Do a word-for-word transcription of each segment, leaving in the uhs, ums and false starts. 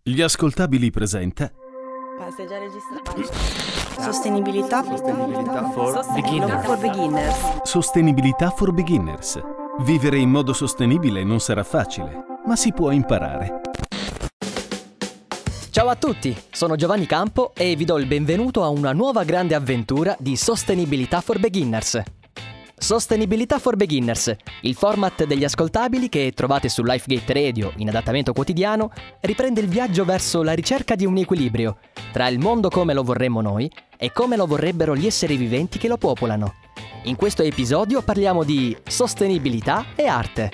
Gli ascoltabili presenta Ma sei già registrato? Sostenibilità Sostenibilità for beginners. for beginners. Sostenibilità for Beginners. Vivere in modo sostenibile non sarà facile, ma si può imparare. Ciao a tutti, sono Giovanni Campo e vi do il benvenuto a una nuova grande avventura di Sostenibilità for Beginners. Sostenibilità for Beginners, il format degli ascoltabili che trovate su Lifegate Radio in adattamento quotidiano, riprende il viaggio verso la ricerca di un equilibrio tra il mondo come lo vorremmo noi e come lo vorrebbero gli esseri viventi che lo popolano. In questo episodio parliamo di sostenibilità e arte.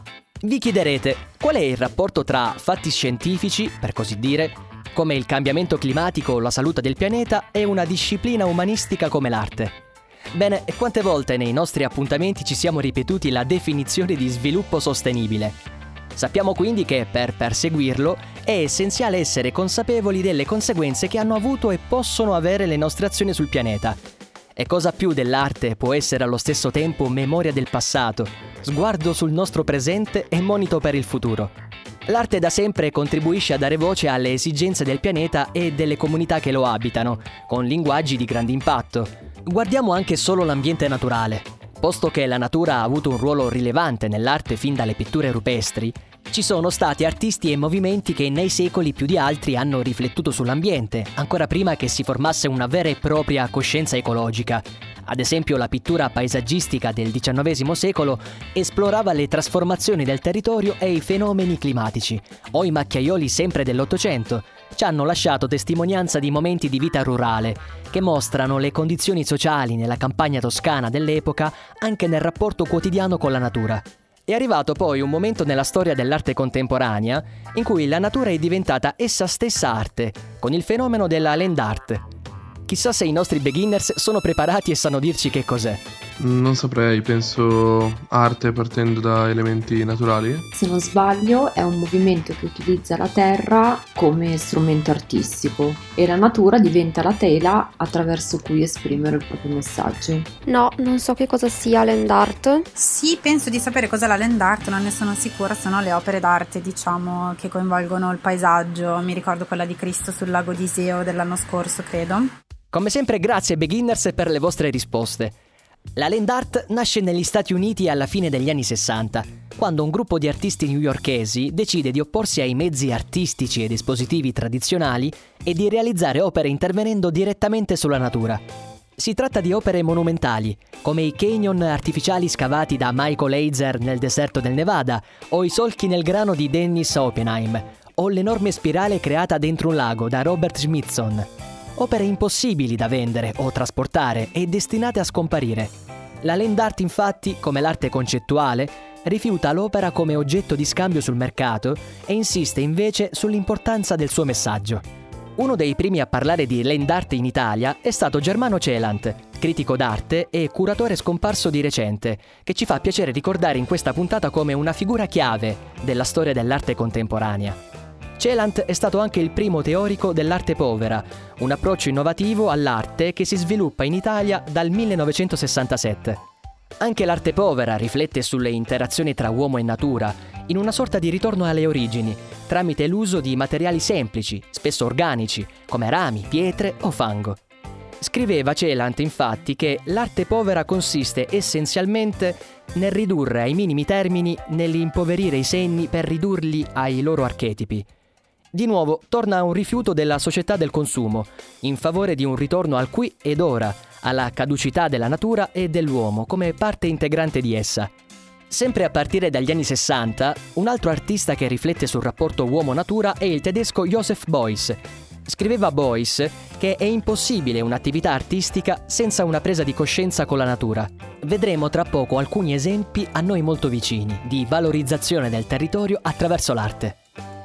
Vi chiederete qual è il rapporto tra fatti scientifici, per così dire, come il cambiamento climatico o la salute del pianeta, e una disciplina umanistica come l'arte. Bene, quante volte nei nostri appuntamenti ci siamo ripetuti la definizione di sviluppo sostenibile? Sappiamo quindi che per perseguirlo è essenziale essere consapevoli delle conseguenze che hanno avuto e possono avere le nostre azioni sul pianeta. E cosa più dell'arte può essere allo stesso tempo memoria del passato, sguardo sul nostro presente e monito per il futuro? L'arte da sempre contribuisce a dare voce alle esigenze del pianeta e delle comunità che lo abitano, con linguaggi di grande impatto. Guardiamo anche solo l'ambiente naturale. Posto che la natura ha avuto un ruolo rilevante nell'arte fin dalle pitture rupestri, ci sono stati artisti e movimenti che nei secoli più di altri hanno riflettuto sull'ambiente, ancora prima che si formasse una vera e propria coscienza ecologica. Ad esempio, la pittura paesaggistica del diciannovesimo secolo esplorava le trasformazioni del territorio e i fenomeni climatici, o i macchiaioli sempre dell'Ottocento ci hanno lasciato testimonianza di momenti di vita rurale che mostrano le condizioni sociali nella campagna toscana dell'epoca anche nel rapporto quotidiano con la natura. È arrivato poi un momento nella storia dell'arte contemporanea in cui la natura è diventata essa stessa arte, con il fenomeno della land art. Chissà se i nostri beginners sono preparati e sanno dirci che cos'è. Non saprei, penso arte partendo da elementi naturali. Se non sbaglio è un movimento che utilizza la terra come strumento artistico e la natura diventa la tela attraverso cui esprimere il proprio messaggio. No, non so che cosa sia land art. Sì, penso di sapere cos'è la land art, non ne sono sicura, sono le opere d'arte, diciamo, che coinvolgono il paesaggio. Mi ricordo quella di Cristo sul lago di Iseo dell'anno scorso, credo. Come sempre, grazie beginners per le vostre risposte. La land art nasce negli Stati Uniti alla fine degli anni sessanta, quando un gruppo di artisti newyorkesi decide di opporsi ai mezzi artistici ed espositivi tradizionali e di realizzare opere intervenendo direttamente sulla natura. Si tratta di opere monumentali, come i canyon artificiali scavati da Michael Heizer nel deserto del Nevada, o i solchi nel grano di Dennis Oppenheim, o l'enorme spirale creata dentro un lago da Robert Smithson. Opere impossibili da vendere o trasportare e destinate a scomparire. La land art, infatti, come l'arte concettuale, rifiuta l'opera come oggetto di scambio sul mercato e insiste invece sull'importanza del suo messaggio. Uno dei primi a parlare di land art in Italia è stato Germano Celant, critico d'arte e curatore scomparso di recente, che ci fa piacere ricordare in questa puntata come una figura chiave della storia dell'arte contemporanea. Celant è stato anche il primo teorico dell'arte povera, un approccio innovativo all'arte che si sviluppa in Italia dal millenovecentosessantasette. Anche l'arte povera riflette sulle interazioni tra uomo e natura, in una sorta di ritorno alle origini, tramite l'uso di materiali semplici, spesso organici, come rami, pietre o fango. Scriveva Celant, infatti, che l'arte povera consiste essenzialmente nel ridurre ai minimi termini, nell'impoverire i segni per ridurli ai loro archetipi. Di nuovo torna a un rifiuto della società del consumo, in favore di un ritorno al qui ed ora, alla caducità della natura e dell'uomo come parte integrante di essa. Sempre a partire dagli anni sessanta, un altro artista che riflette sul rapporto uomo-natura è il tedesco Joseph Beuys. Scriveva Beuys che è impossibile un'attività artistica senza una presa di coscienza con la natura. Vedremo tra poco alcuni esempi a noi molto vicini di valorizzazione del territorio attraverso l'arte.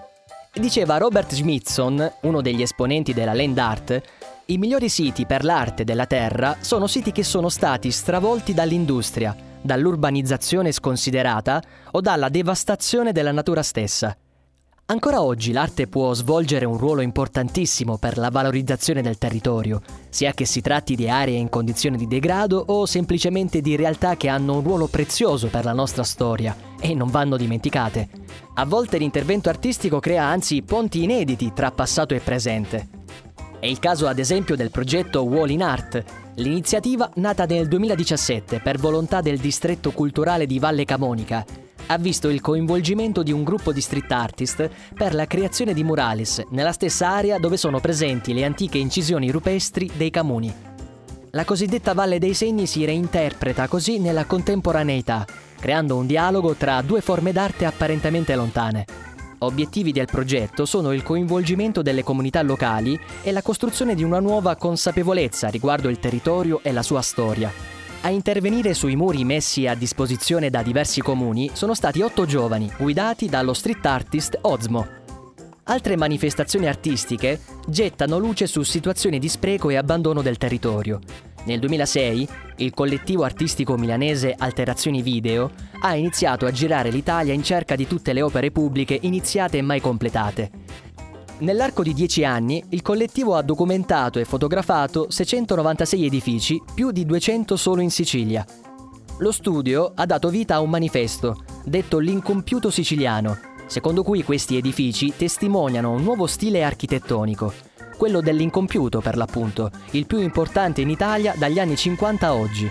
Diceva Robert Smithson, uno degli esponenti della land art, i migliori siti per l'arte della terra sono siti che sono stati stravolti dall'industria, dall'urbanizzazione sconsiderata o dalla devastazione della natura stessa. Ancora oggi l'arte può svolgere un ruolo importantissimo per la valorizzazione del territorio, sia che si tratti di aree in condizioni di degrado o semplicemente di realtà che hanno un ruolo prezioso per la nostra storia e non vanno dimenticate. A volte l'intervento artistico crea anzi ponti inediti tra passato e presente. È il caso ad esempio del progetto Wall in Art, l'iniziativa nata nel duemiladiciassette per volontà del distretto culturale di Valle Camonica. Ha visto il coinvolgimento di un gruppo di street artist per la creazione di murales nella stessa area dove sono presenti le antiche incisioni rupestri dei Camuni. La cosiddetta Valle dei Segni si reinterpreta così nella contemporaneità, creando un dialogo tra due forme d'arte apparentemente lontane. Obiettivi del progetto sono il coinvolgimento delle comunità locali e la costruzione di una nuova consapevolezza riguardo il territorio e la sua storia. A intervenire sui muri messi a disposizione da diversi comuni sono stati otto giovani, guidati dallo street artist Ozmo. Altre manifestazioni artistiche gettano luce su situazioni di spreco e abbandono del territorio. Nel duemilasei, il collettivo artistico milanese Alterazioni Video ha iniziato a girare l'Italia in cerca di tutte le opere pubbliche iniziate e mai completate. Nell'arco di dieci anni, il collettivo ha documentato e fotografato seicentonovantasei edifici, più di duecento solo in Sicilia. Lo studio ha dato vita a un manifesto, detto l'Incompiuto Siciliano, secondo cui questi edifici testimoniano un nuovo stile architettonico, quello dell'incompiuto per l'appunto, il più importante in Italia dagli anni cinquanta a oggi.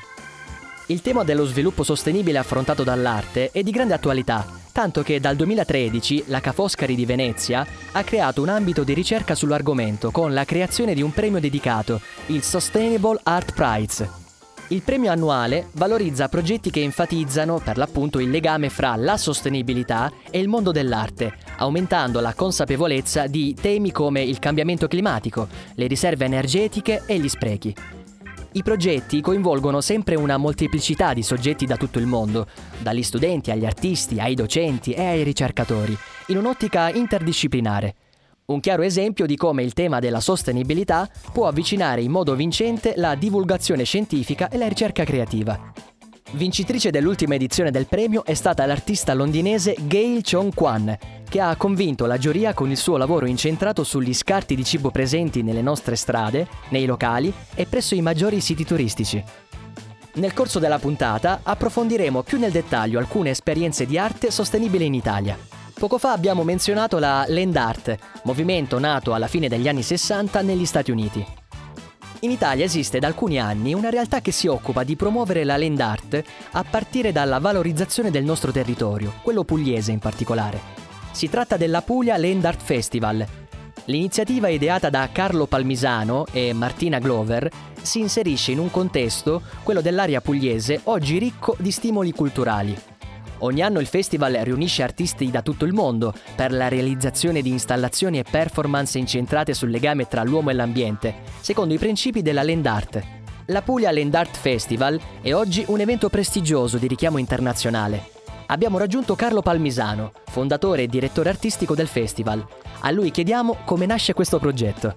Il tema dello sviluppo sostenibile affrontato dall'arte è di grande attualità, tanto che dal duemilatredici la Ca' Foscari di Venezia ha creato un ambito di ricerca sull'argomento con la creazione di un premio dedicato, il Sustainable Art Prize. Il premio annuale valorizza progetti che enfatizzano per l'appunto il legame fra la sostenibilità e il mondo dell'arte, aumentando la consapevolezza di temi come il cambiamento climatico, le riserve energetiche e gli sprechi. I progetti coinvolgono sempre una molteplicità di soggetti da tutto il mondo, dagli studenti agli artisti, ai docenti e ai ricercatori, in un'ottica interdisciplinare. Un chiaro esempio di come il tema della sostenibilità può avvicinare in modo vincente la divulgazione scientifica e la ricerca creativa. Vincitrice dell'ultima edizione del premio è stata l'artista londinese Gail Chong Kwan, che ha convinto la giuria con il suo lavoro incentrato sugli scarti di cibo presenti nelle nostre strade, nei locali e presso i maggiori siti turistici. Nel corso della puntata approfondiremo più nel dettaglio alcune esperienze di arte sostenibile in Italia. Poco fa abbiamo menzionato la Land Art, movimento nato alla fine degli anni sessanta negli Stati Uniti. In Italia esiste da alcuni anni una realtà che si occupa di promuovere la land art a partire dalla valorizzazione del nostro territorio, quello pugliese in particolare. Si tratta della Puglia Land Art Festival. L'iniziativa ideata da Carlo Palmisano e Martina Glover si inserisce in un contesto, quello dell'area pugliese, oggi ricco di stimoli culturali. Ogni anno il festival riunisce artisti da tutto il mondo per la realizzazione di installazioni e performance incentrate sul legame tra l'uomo e l'ambiente, secondo i principi della land art. La Puglia Land Art Festival è oggi un evento prestigioso di richiamo internazionale. Abbiamo raggiunto Carlo Palmisano, fondatore e direttore artistico del festival. A lui chiediamo come nasce questo progetto.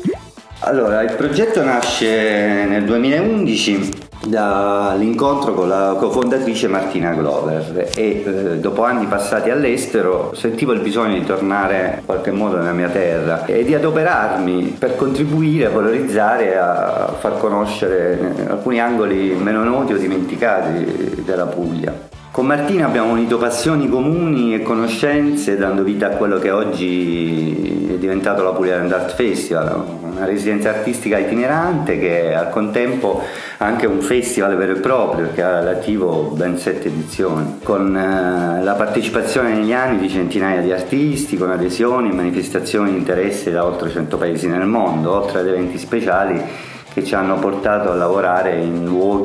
Allora, il progetto nasce nel duemilaundici dall'incontro con la cofondatrice Martina Glover e eh, dopo anni passati all'estero sentivo il bisogno di tornare in qualche modo nella mia terra e di adoperarmi per contribuire a valorizzare, a far conoscere alcuni angoli meno noti o dimenticati della Puglia. Con Martina abbiamo unito passioni comuni e conoscenze, dando vita a quello che oggi è diventato la Puglia Land Art Festival, una residenza artistica itinerante che al contempo ha anche un festival vero e proprio che ha all'attivo ben sette edizioni, con eh, la partecipazione negli anni di centinaia di artisti, con adesioni e manifestazioni di interesse da oltre cento paesi nel mondo, oltre ad eventi speciali che ci hanno portato a lavorare in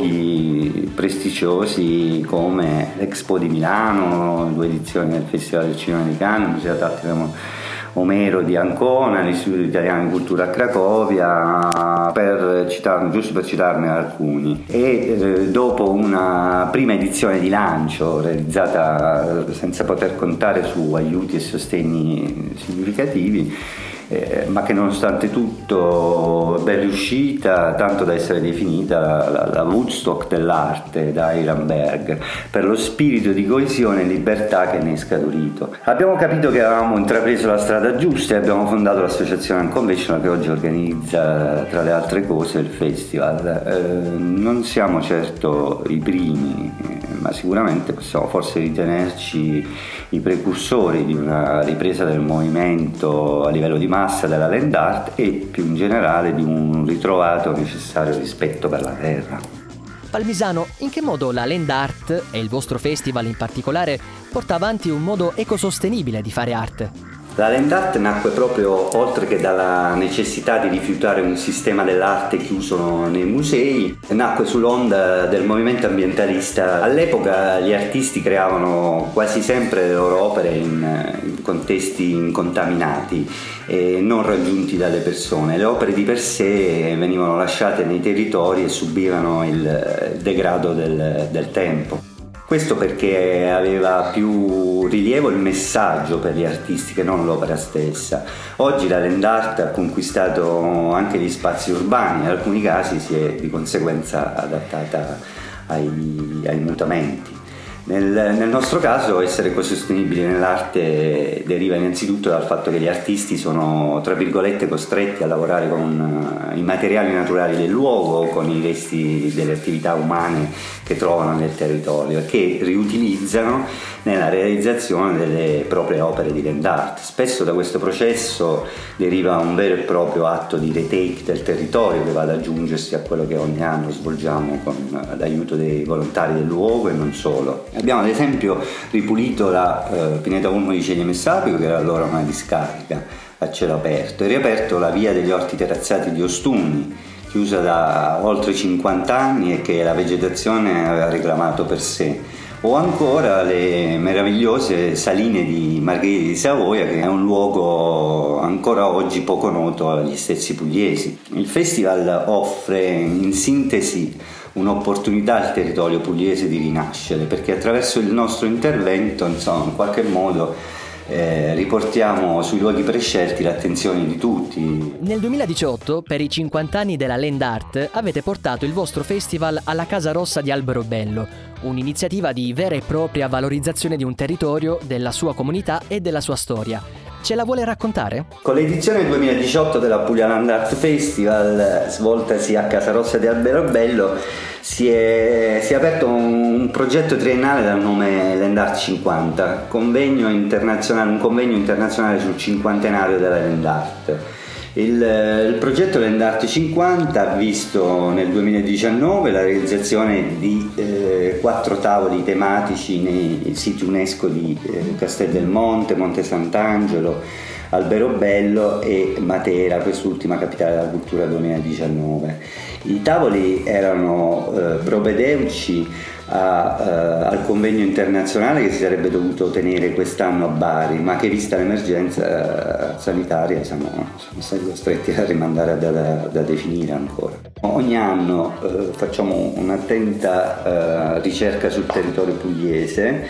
luoghi prestigiosi come l'Expo di Milano, due edizioni del Festival del Cinema di Cannes, il Museo d'Arte Omero di Ancona, l'Istituto Italiano di Cultura a Cracovia, per citar, giusto per citarne alcuni. E eh, dopo una prima edizione di lancio realizzata senza poter contare su aiuti e sostegni significativi, eh, ma che nonostante tutto è ben riuscita, tanto da essere definita la, la Woodstock dell'arte da Hiram Berg, per lo spirito di coesione e libertà che ne è scaturito. Abbiamo capito che avevamo intrapreso la strada giusta e abbiamo fondato l'associazione Unconventional, che oggi organizza, tra le altre cose, il festival. Eh, non siamo certo i primi, eh, ma sicuramente possiamo forse ritenerci i precursori di una ripresa del movimento a livello di massa della land art e più in generale di un ritrovato necessario rispetto per la terra. Palmisano, in che modo la land art, e il vostro festival in particolare, porta avanti un modo ecosostenibile di fare arte? La land art nacque proprio, oltre che dalla necessità di rifiutare un sistema dell'arte chiuso nei musei, nacque sull'onda del movimento ambientalista. All'epoca gli artisti creavano quasi sempre le loro opere in, in contesti incontaminati e non raggiunti dalle persone. Le opere di per sé venivano lasciate nei territori e subivano il degrado del, del tempo. Questo perché aveva più rilievo il messaggio per gli artisti che non l'opera stessa. Oggi la land art ha conquistato anche gli spazi urbani, in alcuni casi si è di conseguenza adattata ai, ai mutamenti. Nel, nel nostro caso essere ecosostenibili nell'arte deriva innanzitutto dal fatto che gli artisti sono, tra virgolette, costretti a lavorare con uh, i materiali naturali del luogo, con i resti delle attività umane che trovano nel territorio e che riutilizzano nella realizzazione delle proprie opere di land art. Spesso da questo processo deriva un vero e proprio atto di retake del territorio che va ad aggiungersi a quello che ogni anno svolgiamo con uh, l'aiuto dei volontari del luogo e non solo. Abbiamo ad esempio ripulito la eh, Pineta Olmo di Ceglie Messapico, che era allora una discarica a cielo aperto, e riaperto la via degli orti terrazzati di Ostunni, chiusa da oltre cinquanta anni e che la vegetazione aveva reclamato per sé. O ancora le meravigliose saline di Margherita di Savoia, che è un luogo ancora oggi poco noto agli stessi pugliesi. Il festival offre in sintesi un'opportunità al territorio pugliese di rinascere, perché attraverso il nostro intervento, insomma, in qualche modo eh, riportiamo sui luoghi prescelti l'attenzione di tutti. Nel duemiladiciotto, per i cinquanta anni della land art, avete portato il vostro festival alla Casa Rossa di Alberobello, un'iniziativa di vera e propria valorizzazione di un territorio, della sua comunità e della sua storia. Ce la vuole raccontare? Con l'edizione duemiladiciotto della Puglia Land Art Festival, svoltasi a Casa Rossa di Alberobello, si è, si è aperto un, un progetto triennale dal nome Land Art cinquanta, convegno internazionale, un convegno internazionale sul cinquantenario della Land Art. Il, il progetto Land Art cinquanta ha visto nel duemiladiciannove la realizzazione di eh, quattro tavoli tematici nei siti UNESCO di eh, Castel del Monte, Monte Sant'Angelo, Alberobello e Matera, quest'ultima capitale della cultura duemiladiciannove. I tavoli erano eh, propedeuci a, uh, al convegno internazionale che si sarebbe dovuto tenere quest'anno a Bari, ma che vista l'emergenza uh, sanitaria siamo, siamo stati costretti a rimandare da, da, da definire ancora. Ogni anno uh, facciamo un'attenta uh, ricerca sul territorio pugliese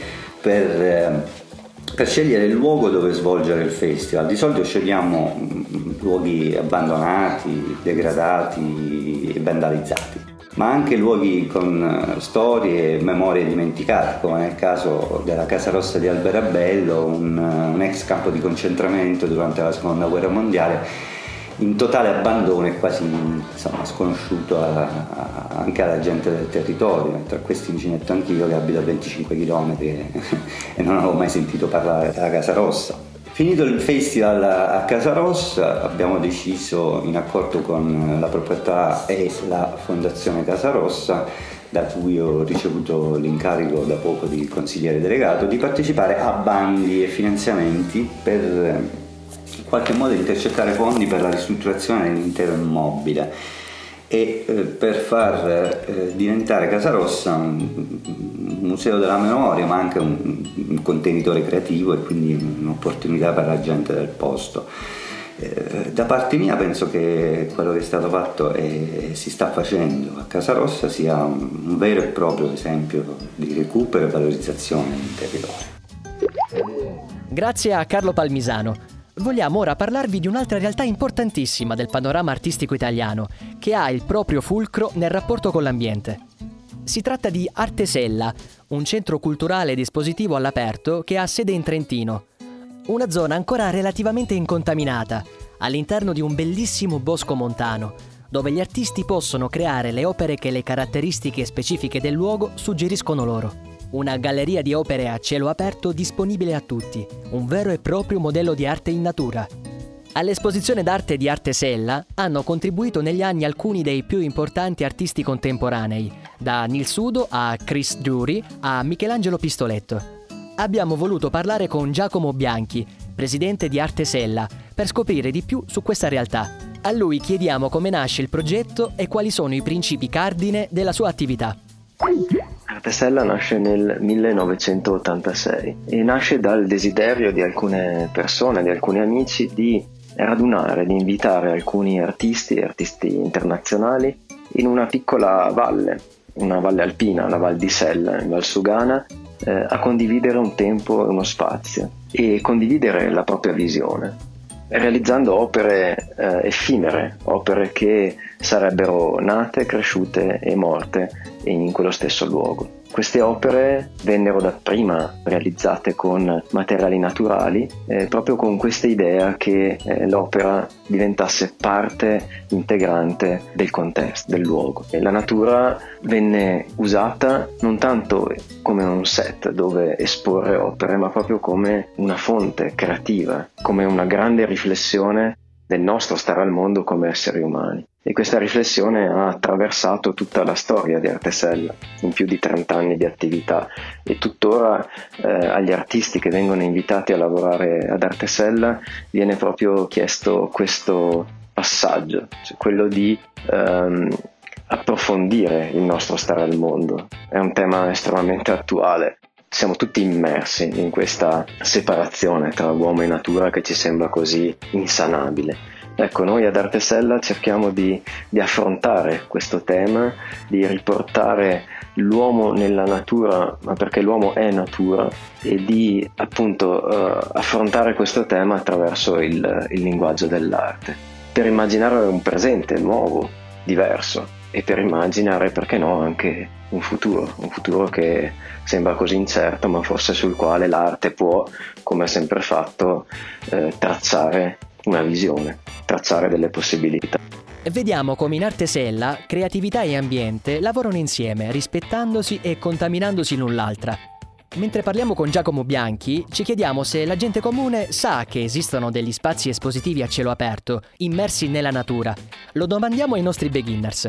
per, uh, per scegliere il luogo dove svolgere il festival. Di solito scegliamo um, luoghi abbandonati, degradati e vandalizzati, ma anche luoghi con storie e memorie dimenticate, come nel caso della Casa Rossa di Alberobello, un, un ex campo di concentramento durante la seconda guerra mondiale, in totale abbandono e quasi, insomma, sconosciuto a, a, anche alla gente del territorio. Tra questi mi ci metto anch'io, che abito a venticinque chilometri e, e non avevo mai sentito parlare della Casa Rossa. Finito il festival a Casa Rossa, abbiamo deciso, in accordo con la proprietà e la Fondazione Casa Rossa, da cui ho ricevuto l'incarico da poco di consigliere delegato, di partecipare a bandi e finanziamenti per in qualche modo intercettare fondi per la ristrutturazione dell'intero immobile e eh, per far eh, diventare Casa Rossa un, un museo della memoria, ma anche un, un contenitore creativo e quindi un'opportunità per la gente del posto. Eh, da parte mia penso che quello che è stato fatto e si sta facendo a Casa Rossa sia un, un vero e proprio esempio di recupero e valorizzazione del territorio. Grazie a Carlo Palmisano. vogliamo ora parlarvi di un'altra realtà importantissima del panorama artistico italiano, che ha il proprio fulcro nel rapporto con l'ambiente. Si tratta di Artesella, un centro culturale ed espositivo all'aperto che ha sede in Trentino. Una zona ancora relativamente incontaminata, all'interno di un bellissimo bosco montano, dove gli artisti possono creare le opere che le caratteristiche specifiche del luogo suggeriscono loro. Una galleria di opere a cielo aperto disponibile a tutti, un vero e proprio modello di arte in natura. All'esposizione d'arte di Artesella hanno contribuito negli anni alcuni dei più importanti artisti contemporanei, da Nils Udo a Chris Drury a Michelangelo Pistoletto. Abbiamo voluto parlare con Giacomo Bianchi, presidente di Artesella, per scoprire di più su questa realtà. A lui chiediamo come nasce il progetto e quali sono i principi cardine della sua attività. Artesella nasce nel millenovecentottantasei e nasce dal desiderio di alcune persone, di alcuni amici, di radunare, di invitare alcuni artisti, artisti internazionali, in una piccola valle, una valle alpina, la Val di Sella, in Val Sugana, eh, a condividere un tempo e uno spazio e condividere la propria visione, realizzando opere eh, effimere, opere che sarebbero nate, cresciute e morte in quello stesso luogo. Queste opere vennero dapprima realizzate con materiali naturali, eh, proprio con questa idea che eh, l'opera diventasse parte integrante del contesto, del luogo. E la natura venne usata non tanto come un set dove esporre opere, ma proprio come una fonte creativa, come una grande riflessione del nostro stare al mondo come esseri umani. E questa riflessione ha attraversato tutta la storia di Artesella, in più di trenta anni di attività, e tuttora eh, agli artisti che vengono invitati a lavorare ad Artesella viene proprio chiesto questo passaggio, cioè quello di ehm, approfondire il nostro stare al mondo. È un tema estremamente attuale. Siamo tutti immersi in questa separazione tra uomo e natura che ci sembra così insanabile. Ecco, noi ad Artesella cerchiamo di, di affrontare questo tema, di riportare l'uomo nella natura, ma perché l'uomo è natura, e di appunto uh, affrontare questo tema attraverso il, il linguaggio dell'arte, per immaginare un presente nuovo, diverso, e per immaginare, perché no, anche un futuro, un futuro che sembra così incerto, ma forse sul quale l'arte può, come ha sempre fatto, eh, tracciare una visione, tracciare delle possibilità. Vediamo come in Artesella creatività e ambiente lavorano insieme, rispettandosi e contaminandosi l'un l'altra. Mentre parliamo con Giacomo Bianchi, ci chiediamo se la gente comune sa che esistono degli spazi espositivi a cielo aperto, immersi nella natura. Lo domandiamo ai nostri beginners.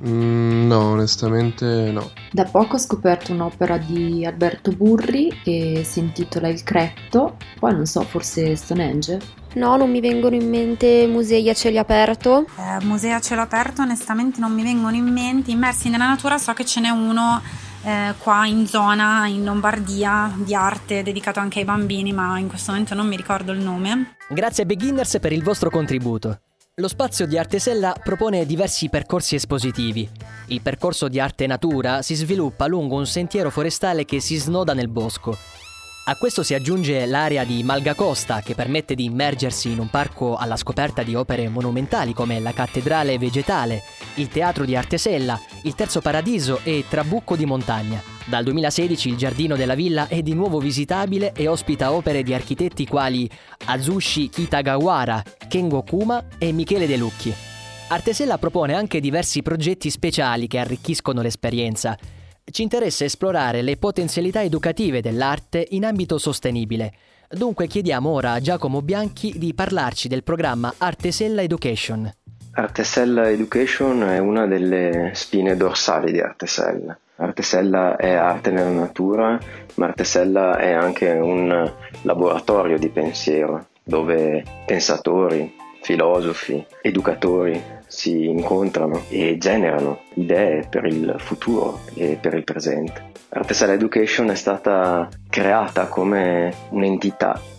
Mm, no, onestamente no. Da poco ho scoperto un'opera di Alberto Burri che si intitola Il Cretto, poi non so, forse Stonehenge? No, non mi vengono in mente musei a cielo aperto. Eh, musei a cielo aperto onestamente non mi vengono in mente. Immersi nella natura so che ce n'è uno eh, qua in zona, in Lombardia, di arte dedicato anche ai bambini, ma in questo momento non mi ricordo il nome. Grazie beginners per il vostro contributo. Lo spazio di Artesella propone diversi percorsi espositivi. Il percorso di arte natura si sviluppa lungo un sentiero forestale che si snoda nel bosco. A questo si aggiunge l'area di Malgacosta, che permette di immergersi in un parco alla scoperta di opere monumentali come la Cattedrale Vegetale, il Teatro di Artesella, il Terzo Paradiso e Trabucco di Montagna. Dal duemilasedici il giardino della villa è di nuovo visitabile e ospita opere di architetti quali Azushi Kitagawara, Kengo Kuma e Michele De Lucchi. Artesella propone anche diversi progetti speciali che arricchiscono l'esperienza. Ci interessa esplorare le potenzialità educative dell'arte in ambito sostenibile. Dunque chiediamo ora a Giacomo Bianchi di parlarci del programma Artesella Education. Artesella Education è una delle spine dorsali di Artesella. Artesella è arte nella natura, ma Artesella è anche un laboratorio di pensiero dove pensatori, filosofi, educatori si incontrano e generano idee per il futuro e per il presente. Artesella Education è stata creata come un'entità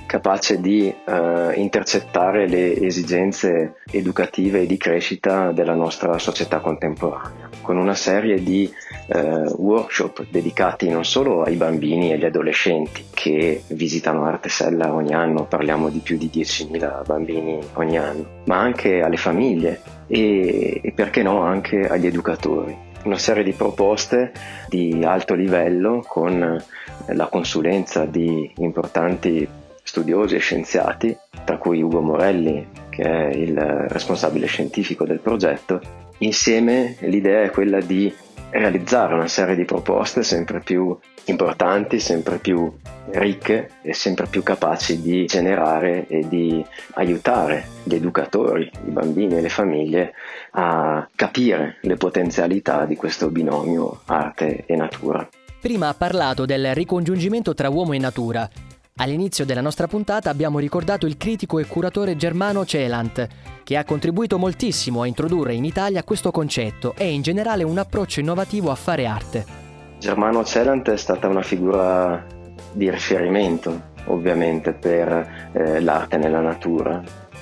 capace di eh, intercettare le esigenze educative e di crescita della nostra società contemporanea, con una serie di eh, workshop dedicati non solo ai bambini e agli adolescenti che visitano Artesella ogni anno, parliamo di più di diecimila bambini ogni anno, ma anche alle famiglie e, e perché no anche agli educatori. Una serie di proposte di alto livello con la consulenza di importanti studiosi e scienziati, tra cui Ugo Morelli, che è il responsabile scientifico del progetto. Insieme l'idea è quella di realizzare una serie di proposte sempre più importanti, sempre più ricche e sempre più capaci di generare e di aiutare gli educatori, i bambini e le famiglie a capire le potenzialità di questo binomio arte e natura. Prima ha parlato del ricongiungimento tra uomo e natura. All'inizio della nostra puntata abbiamo ricordato il critico e curatore Germano Celant, che ha contribuito moltissimo a introdurre in Italia questo concetto e in generale un approccio innovativo a fare arte. Germano Celant è stata una figura di riferimento, ovviamente, per eh, l'arte nella natura,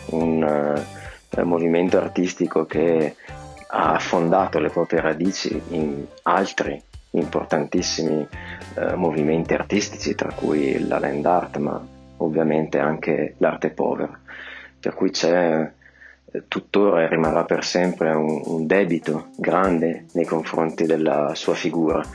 un uh, movimento artistico che ha fondato le proprie radici in altri importantissimi eh, movimenti artistici, tra cui la land art, ma ovviamente anche l'arte povera, per cui c'è eh, tuttora e rimarrà per sempre un, un debito grande nei confronti della sua figura,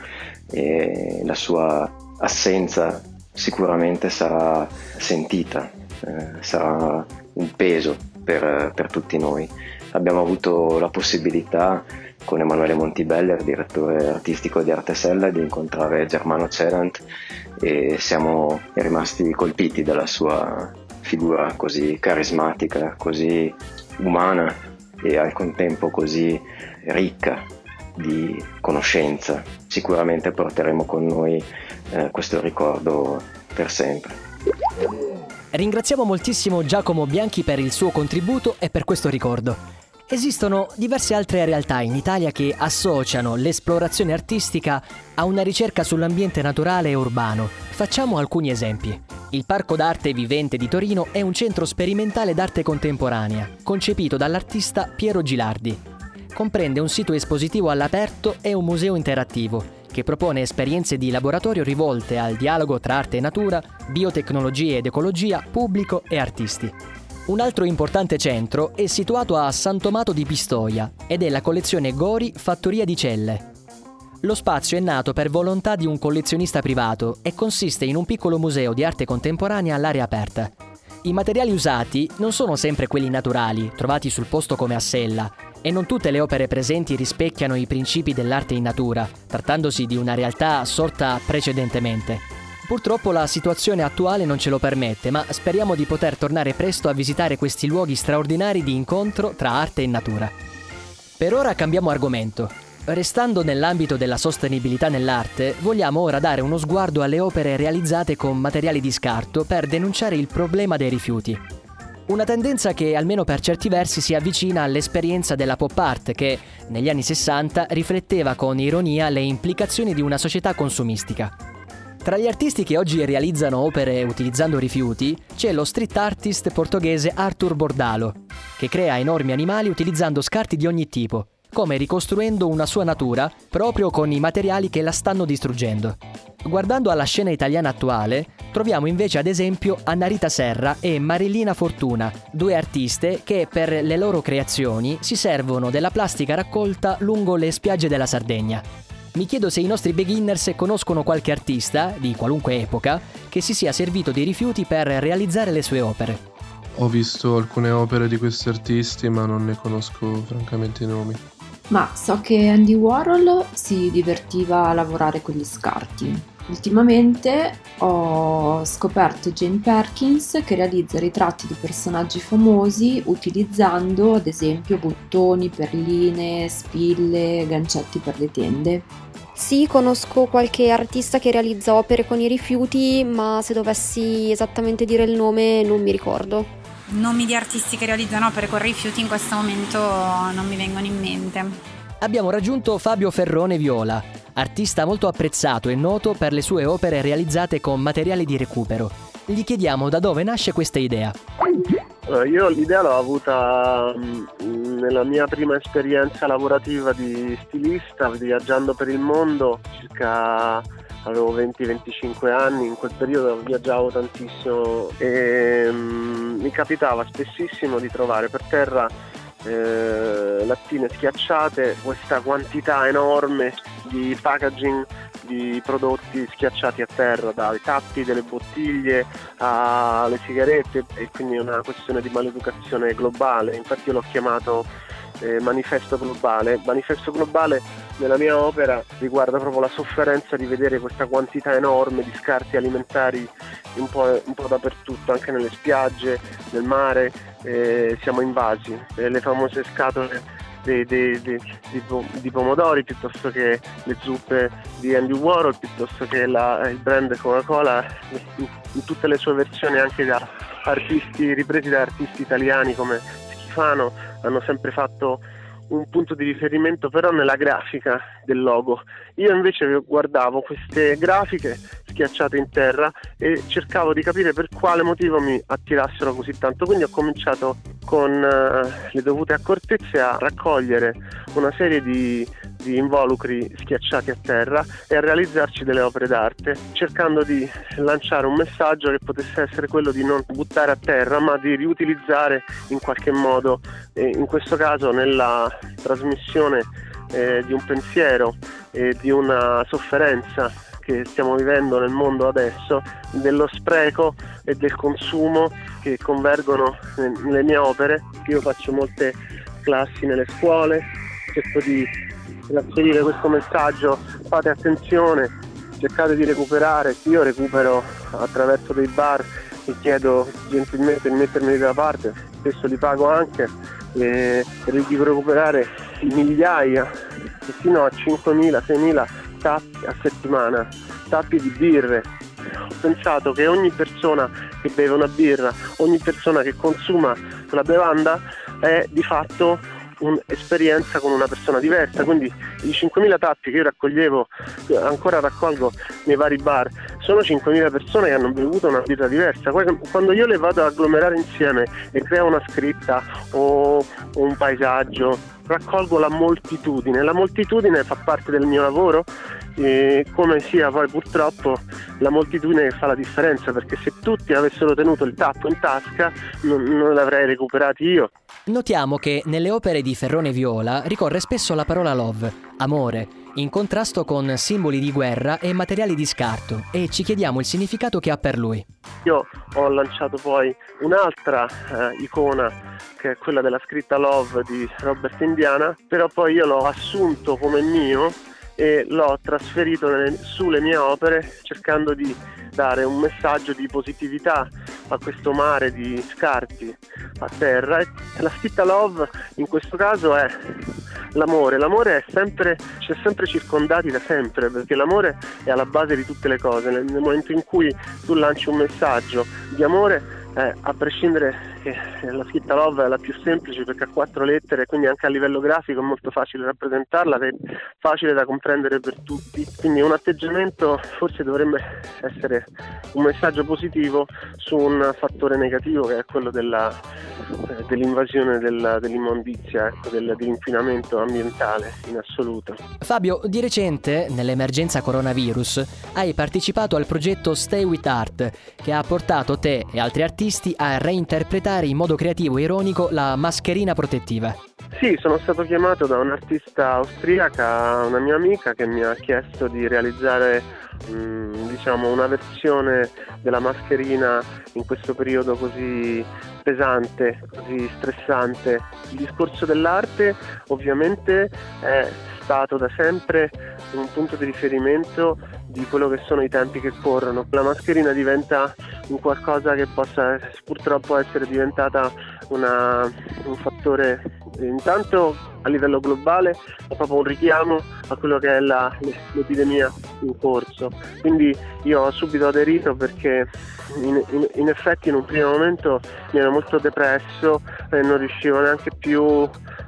e la sua assenza sicuramente sarà sentita, eh, sarà un peso per, per tutti noi. Abbiamo avuto la possibilità con Emanuele Montibeller, direttore artistico di Artesella, di incontrare Germano Celant e siamo rimasti colpiti dalla sua figura così carismatica, così umana e al contempo così ricca di conoscenza. Sicuramente porteremo con noi eh, questo ricordo per sempre. Ringraziamo moltissimo Giacomo Bianchi per il suo contributo e per questo ricordo. Esistono diverse altre realtà in Italia che associano l'esplorazione artistica a una ricerca sull'ambiente naturale e urbano. Facciamo alcuni esempi. Il Parco d'Arte Vivente di Torino è un centro sperimentale d'arte contemporanea, concepito dall'artista Piero Gilardi. Comprende un sito espositivo all'aperto e un museo interattivo, che propone esperienze di laboratorio rivolte al dialogo tra arte e natura, biotecnologie ed ecologia, pubblico e artisti. Un altro importante centro è situato a San Tomato di Pistoia ed è la collezione Gori Fattoria di Celle. Lo spazio è nato per volontà di un collezionista privato e consiste in un piccolo museo di arte contemporanea all'aria aperta. I materiali usati non sono sempre quelli naturali, trovati sul posto come a Sella, e non tutte le opere presenti rispecchiano i principi dell'arte in natura, trattandosi di una realtà sorta precedentemente. Purtroppo la situazione attuale non ce lo permette, ma speriamo di poter tornare presto a visitare questi luoghi straordinari di incontro tra arte e natura. Per ora cambiamo argomento. Restando nell'ambito della sostenibilità nell'arte, vogliamo ora dare uno sguardo alle opere realizzate con materiali di scarto per denunciare il problema dei rifiuti. Una tendenza che, almeno per certi versi, si avvicina all'esperienza della pop art che, negli anni sessanta, rifletteva con ironia le implicazioni di una società consumistica. Tra gli artisti che oggi realizzano opere utilizzando rifiuti, c'è lo street artist portoghese Arthur Bordalo, che crea enormi animali utilizzando scarti di ogni tipo, come ricostruendo una sua natura proprio con i materiali che la stanno distruggendo. Guardando alla scena italiana attuale, troviamo invece ad esempio Anna Rita Serra e Marilina Fortuna, due artiste che per le loro creazioni si servono della plastica raccolta lungo le spiagge della Sardegna. Mi chiedo se i nostri beginners conoscono qualche artista, di qualunque epoca, che si sia servito di rifiuti per realizzare le sue opere. Ho visto alcune opere di questi artisti, ma non ne conosco francamente i nomi. Ma so che Andy Warhol si divertiva a lavorare con gli scarti. Ultimamente ho scoperto Jane Perkins che realizza ritratti di personaggi famosi utilizzando ad esempio bottoni, perline, spille, gancetti per le tende. Sì, conosco qualche artista che realizza opere con i rifiuti, ma se dovessi esattamente dire il nome non mi ricordo. Nomi di artisti che realizzano opere con rifiuti in questo momento non mi vengono in mente. Abbiamo raggiunto Fabio Ferrone Viola, artista molto apprezzato e noto per le sue opere realizzate con materiali di recupero. gli chiediamo da dove nasce questa idea. Io l'idea l'ho avuta nella mia prima esperienza lavorativa di stilista, viaggiando per il mondo, circa avevo venti venticinque anni, in quel periodo viaggiavo tantissimo e um, mi capitava spessissimo di trovare per terra eh, lattine schiacciate, questa quantità enorme di packaging di prodotti schiacciati a terra, dai tappi delle bottiglie alle sigarette, e quindi è una questione di maleducazione globale. Infatti io l'ho chiamato eh, manifesto globale. Manifesto globale nella mia opera riguarda proprio la sofferenza di vedere questa quantità enorme di scarti alimentari un po', un po' dappertutto, anche nelle spiagge, nel mare, eh, siamo invasi. Eh, le famose scatole Di, di, di, di, di pomodori, piuttosto che le zuppe di Andy Warhol, piuttosto che la, il brand Coca-Cola in, in tutte le sue versioni, anche da artisti ripresi da artisti italiani come Schifano, hanno sempre fatto un punto di riferimento però nella grafica del logo. Io invece guardavo queste grafiche schiacciate in terra e cercavo di capire per quale motivo mi attirassero così tanto, quindi ho cominciato con uh, le dovute accortezze a raccogliere una serie di, di involucri schiacciati a terra e a realizzarci delle opere d'arte, cercando di lanciare un messaggio che potesse essere quello di non buttare a terra ma di riutilizzare in qualche modo, e in questo caso nella trasmissione eh, di un pensiero e di una sofferenza che stiamo vivendo nel mondo adesso, dello spreco e del consumo che convergono nelle mie opere. Io faccio molte classi nelle scuole, cerco di trasferire questo messaggio: fate attenzione, cercate di recuperare. Io recupero attraverso dei bar, mi chiedo gentilmente di mettermi da parte, spesso li pago anche, e devo recuperare migliaia, fino a cinquemila seimila tappi a settimana, tappi di birre. Ho pensato che ogni persona che beve una birra, ogni persona che consuma una bevanda è di fatto un'esperienza con una persona diversa, quindi i cinquemila tappi che io raccoglievo, ancora raccolgo nei vari bar, sono cinquemila persone che hanno bevuto una birra diversa. Quando io le vado a agglomerare insieme e creo una scritta o un paesaggio, raccolgo la moltitudine. La moltitudine fa parte del mio lavoro, e come sia poi purtroppo la moltitudine che fa la differenza, perché se tutti avessero tenuto il tappo in tasca non, non l'avrei recuperato io. Notiamo che nelle opere di Ferrone Viola ricorre spesso la parola love, amore, in contrasto con simboli di guerra e materiali di scarto, e ci chiediamo il significato che ha per lui. Io ho lanciato poi un'altra eh, icona, che è quella della scritta Love di Robert Indiana, però poi io l'ho assunto come mio e l'ho trasferito nelle, sulle mie opere, cercando di dare un messaggio di positività a questo mare di scarti a terra. E la scritta Love in questo caso è l'amore. L'amore è sempre, ci è sempre circondati da sempre, perché l'amore è alla base di tutte le cose. Nel, nel momento in cui tu lanci un messaggio di amore, eh, a prescindere che la scritta Love è la più semplice perché ha quattro lettere, quindi anche a livello grafico è molto facile rappresentarla, è facile da comprendere per tutti, quindi un atteggiamento forse dovrebbe essere un messaggio positivo su un fattore negativo, che è quello della, eh, dell'invasione della, dell'immondizia, ecco, del, dell'inquinamento ambientale in assoluto. Fabio, di recente, nell'emergenza coronavirus, hai partecipato al progetto Stay with Art, che ha portato te e altri artisti a reinterpretare in modo creativo e ironico la mascherina protettiva. Sì, sono stato chiamato da un'artista austriaca, una mia amica, che mi ha chiesto di realizzare mh, diciamo una versione della mascherina in questo periodo così pesante, così stressante. Il discorso dell'arte ovviamente è stato da sempre un punto di riferimento di quello che sono i tempi che corrono. La mascherina diventa un qualcosa che possa purtroppo essere diventata una, un fattore intanto a livello globale, ma proprio un richiamo a quello che è la, l'epidemia in corso. Quindi io ho subito aderito perché in, in, in effetti in un primo momento mi ero molto depresso e non riuscivo neanche più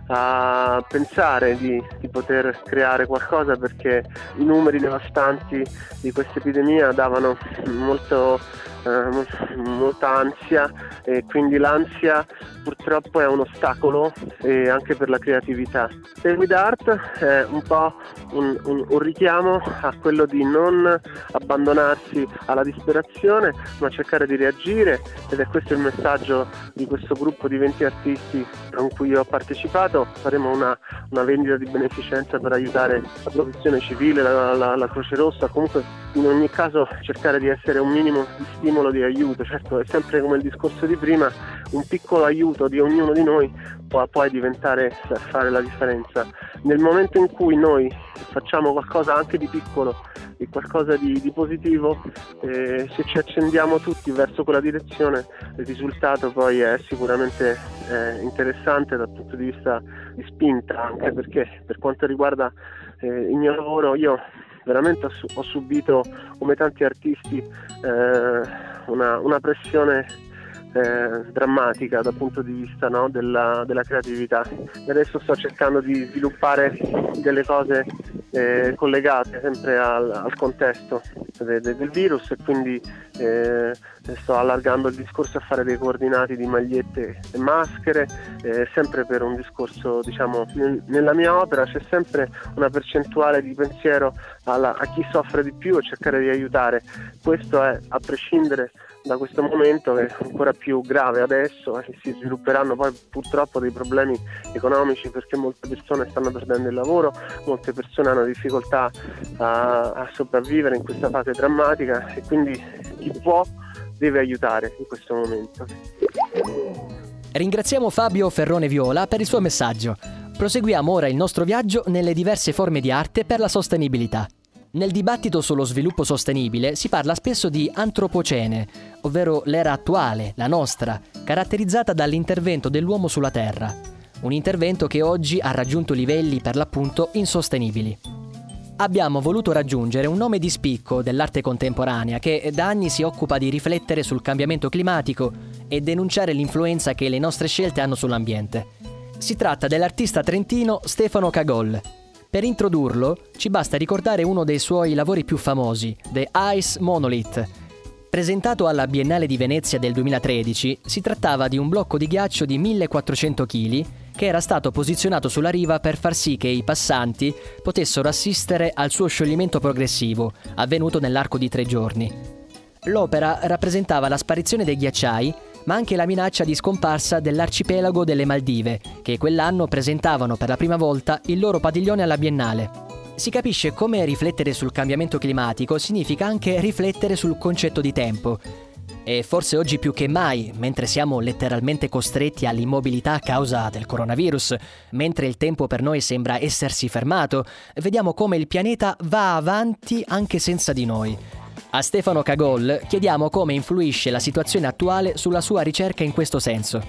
a pensare di, di poter creare qualcosa, perché i numeri devastanti di questa epidemia davano molto eh, molta ansia, e quindi l'ansia purtroppo è un ostacolo eh, anche per la creatività. Stay with Art è un po' un, un, un richiamo a quello di non abbandonarsi alla disperazione, ma cercare di reagire, ed è questo il messaggio di questo gruppo di venti artisti con cui io ho partecipato. Faremo una, una vendita di beneficenza per aiutare la protezione civile, la, la, la Croce Rossa, comunque in ogni caso cercare di essere un minimo di stimolo, di aiuto. Certo, è sempre come il discorso di prima, un piccolo aiuto di ognuno di noi può poi diventare, fare la differenza. Nel momento in cui noi facciamo qualcosa anche di piccolo, di qualcosa di, di positivo, eh, se ci accendiamo tutti verso quella direzione, il risultato poi è sicuramente eh, interessante dal punto di vista di spinta, anche perché per quanto riguarda eh, il mio lavoro, io veramente ho, ho subito, come tanti artisti, eh, una, una pressione eh, drammatica dal punto di vista, no, della, della creatività. E adesso sto cercando di sviluppare delle cose eh, collegate sempre al, al contesto de, de, del virus, e quindi eh, sto allargando il discorso a fare dei coordinati di magliette e maschere, eh, sempre per un discorso, diciamo, nel, nella mia opera c'è sempre una percentuale di pensiero alla, a chi soffre di più, e cercare di aiutare. Questo è a prescindere da questo momento, che è ancora più grave adesso, e eh, si svilupperanno poi purtroppo dei problemi economici, perché molte persone stanno perdendo il lavoro, molte persone hanno difficoltà a, a sopravvivere in questa fase drammatica, e quindi chi può deve aiutare in questo momento. Ringraziamo Fabio Ferrone Viola per il suo messaggio. Proseguiamo ora il nostro viaggio nelle diverse forme di arte per la sostenibilità. Nel dibattito sullo sviluppo sostenibile si parla spesso di antropocene, ovvero l'era attuale, la nostra, caratterizzata dall'intervento dell'uomo sulla Terra. Un intervento che oggi ha raggiunto livelli per l'appunto insostenibili. Abbiamo voluto raggiungere un nome di spicco dell'arte contemporanea che da anni si occupa di riflettere sul cambiamento climatico e denunciare l'influenza che le nostre scelte hanno sull'ambiente. Si tratta dell'artista trentino Stefano Cagol. Per introdurlo ci basta ricordare uno dei suoi lavori più famosi, The Ice Monolith. Presentato alla Biennale di Venezia del duemilatredici, si trattava di un blocco di ghiaccio di millequattrocento chili che era stato posizionato sulla riva per far sì che i passanti potessero assistere al suo scioglimento progressivo, avvenuto nell'arco di tre giorni. L'opera rappresentava la sparizione dei ghiacciai, ma anche la minaccia di scomparsa dell'arcipelago delle Maldive, che quell'anno presentavano per la prima volta il loro padiglione alla Biennale. Si capisce come riflettere sul cambiamento climatico significa anche riflettere sul concetto di tempo. E forse oggi più che mai, mentre siamo letteralmente costretti all'immobilità a causa del coronavirus, mentre il tempo per noi sembra essersi fermato, vediamo come il pianeta va avanti anche senza di noi. A Stefano Cagol chiediamo come influisce la situazione attuale sulla sua ricerca in questo senso.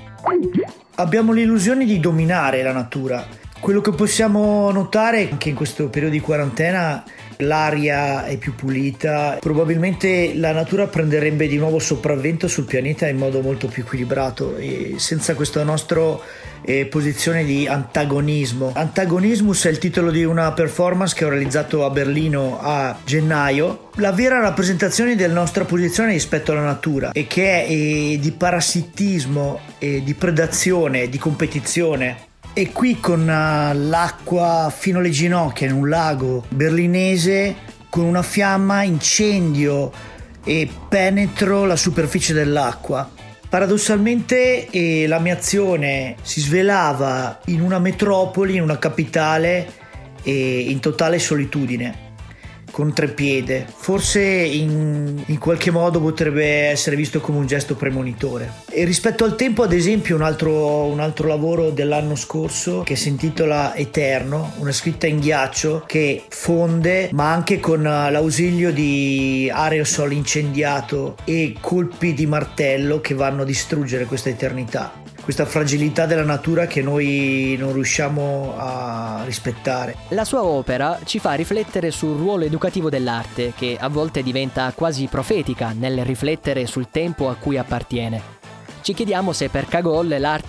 Abbiamo l'illusione di dominare la natura. Quello che possiamo notare è che in questo periodo di quarantena l'aria è più pulita, probabilmente la natura prenderebbe di nuovo sopravvento sul pianeta in modo molto più equilibrato, e senza questa nostra eh, posizione di antagonismo. Antagonismus è il titolo di una performance che ho realizzato a Berlino a gennaio, la vera rappresentazione della nostra posizione rispetto alla natura, e che è eh, di parassitismo, eh, di predazione, di competizione. E qui con uh, l'acqua fino alle ginocchia in un lago berlinese, con una fiamma incendio e penetro la superficie dell'acqua. Paradossalmente eh, la mia azione si svelava in una metropoli, in una capitale, eh, in totale solitudine, con trepiede. Forse in, in qualche modo potrebbe essere visto come un gesto premonitore. E rispetto al tempo, ad esempio, un altro, un altro lavoro dell'anno scorso che si intitola Eterno, una scritta in ghiaccio che fonde, ma anche con l'ausilio di aerosol incendiato e colpi di martello che vanno a distruggere questa eternità, questa fragilità della natura che noi non riusciamo a rispettare. La sua opera ci fa riflettere sul ruolo educativo dell'arte, che a volte diventa quasi profetica nel riflettere sul tempo a cui appartiene. Ci chiediamo se per Cagol l'arte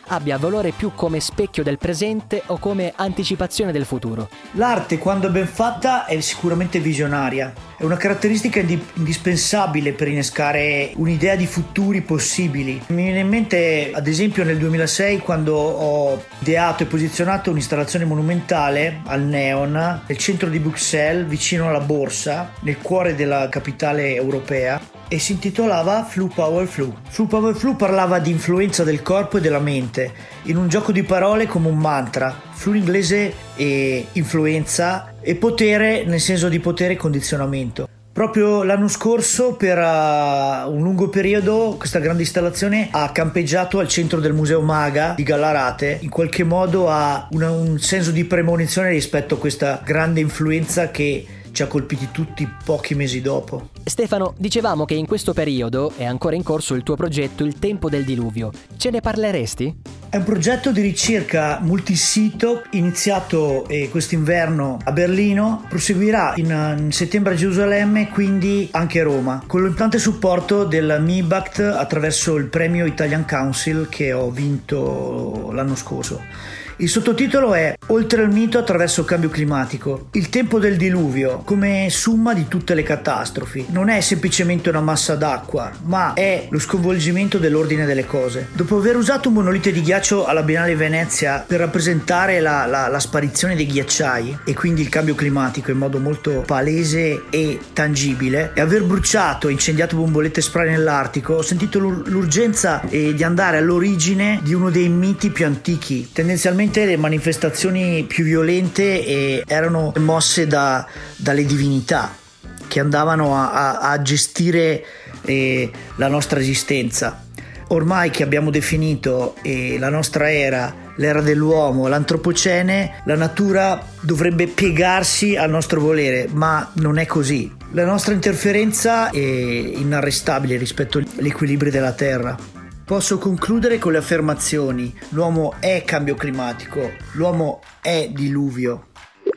abbia valore più come specchio del presente o come anticipazione del futuro. L'arte, quando è ben fatta, è sicuramente visionaria. È una caratteristica indispensabile per innescare un'idea di futuri possibili. Mi viene in mente, ad esempio, nel duemilasei, quando ho ideato e posizionato un'installazione monumentale al neon nel centro di Bruxelles, vicino alla borsa, nel cuore della capitale europea, e si intitolava Flu Power Flu. Flu Power Flu parlava di influenza del corpo e della mente, in un gioco di parole come un mantra. Flu in inglese e influenza, e potere nel senso di potere e condizionamento. Proprio l'anno scorso, per uh, un lungo periodo, questa grande installazione ha campeggiato al centro del Museo Maga di Gallarate. In qualche modo ha una, un senso di premonizione rispetto a questa grande influenza che ci ha colpiti tutti pochi mesi dopo. Stefano, dicevamo che in questo periodo è ancora in corso il tuo progetto Il Tempo del Diluvio. Ce ne parleresti? È un progetto di ricerca multisito iniziato eh, quest'inverno a Berlino, proseguirà in, in settembre a Gerusalemme, quindi anche a Roma, con l'importante supporto del M I B A C T attraverso il premio Italian Council che ho vinto l'anno scorso. Il sottotitolo è Oltre il mito attraverso il cambio climatico. Il tempo del diluvio, come summa di tutte le catastrofi, non è semplicemente una massa d'acqua, ma è lo sconvolgimento dell'ordine delle cose. Dopo aver usato un monolite di ghiaccio alla Biennale Venezia per rappresentare la, la, la sparizione dei ghiacciai e quindi il cambio climatico in modo molto palese e tangibile, e aver bruciato e incendiato bombolette spray nell'Artico, ho sentito l'urgenza eh, di andare all'origine di uno dei miti più antichi. Tendenzialmente le manifestazioni più violente eh, erano mosse da, dalle divinità che andavano a, a, a gestire eh, la nostra esistenza. Ormai che abbiamo definito eh, la nostra era, l'era dell'uomo, l'antropocene, la natura dovrebbe piegarsi al nostro volere, ma non è così. La nostra interferenza è inarrestabile rispetto agli equilibri della Terra. Posso concludere con le affermazioni: l'uomo è cambio climatico, l'uomo è diluvio.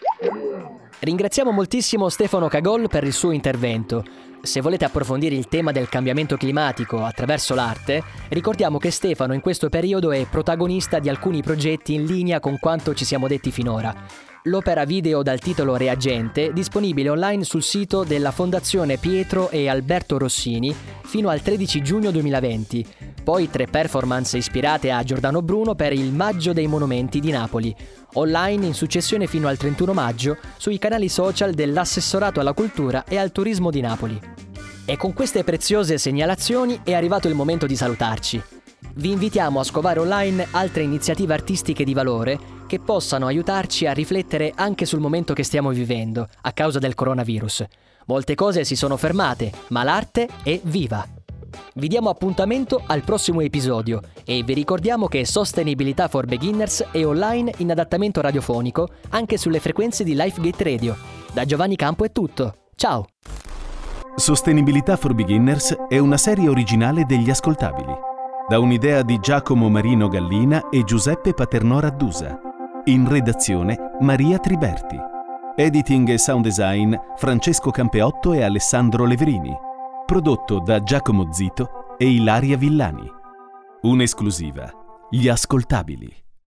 Ringraziamo moltissimo Stefano Cagol per il suo intervento. Se volete approfondire il tema del cambiamento climatico attraverso l'arte, ricordiamo che Stefano in questo periodo è protagonista di alcuni progetti in linea con quanto ci siamo detti finora. L'opera video dal titolo Reagente, disponibile online sul sito della Fondazione Pietro e Alberto Rossini fino al tredici giugno duemilaventi. Poi tre performance ispirate a Giordano Bruno per il Maggio dei Monumenti di Napoli, online in successione fino al trentuno maggio sui canali social dell'Assessorato alla Cultura e al Turismo di Napoli. E con queste preziose segnalazioni è arrivato il momento di salutarci. Vi invitiamo a scovare online altre iniziative artistiche di valore che possano aiutarci a riflettere anche sul momento che stiamo vivendo a causa del coronavirus. Molte cose si sono fermate, ma l'arte è viva. Vi diamo appuntamento al prossimo episodio e vi ricordiamo che Sostenibilità for Beginners è online in adattamento radiofonico anche sulle frequenze di LifeGate Radio. Da Giovanni Campo è tutto. Ciao! Sostenibilità for Beginners è una serie originale degli Ascoltabili, da un'idea di Giacomo Marino Gallina e Giuseppe Paternò Raddusa. In redazione Maria Triberti. Editing e sound design Francesco Campeotto e Alessandro Leverini. Prodotto da Giacomo Zito e Ilaria Villani. Un'esclusiva. Gli Ascoltabili.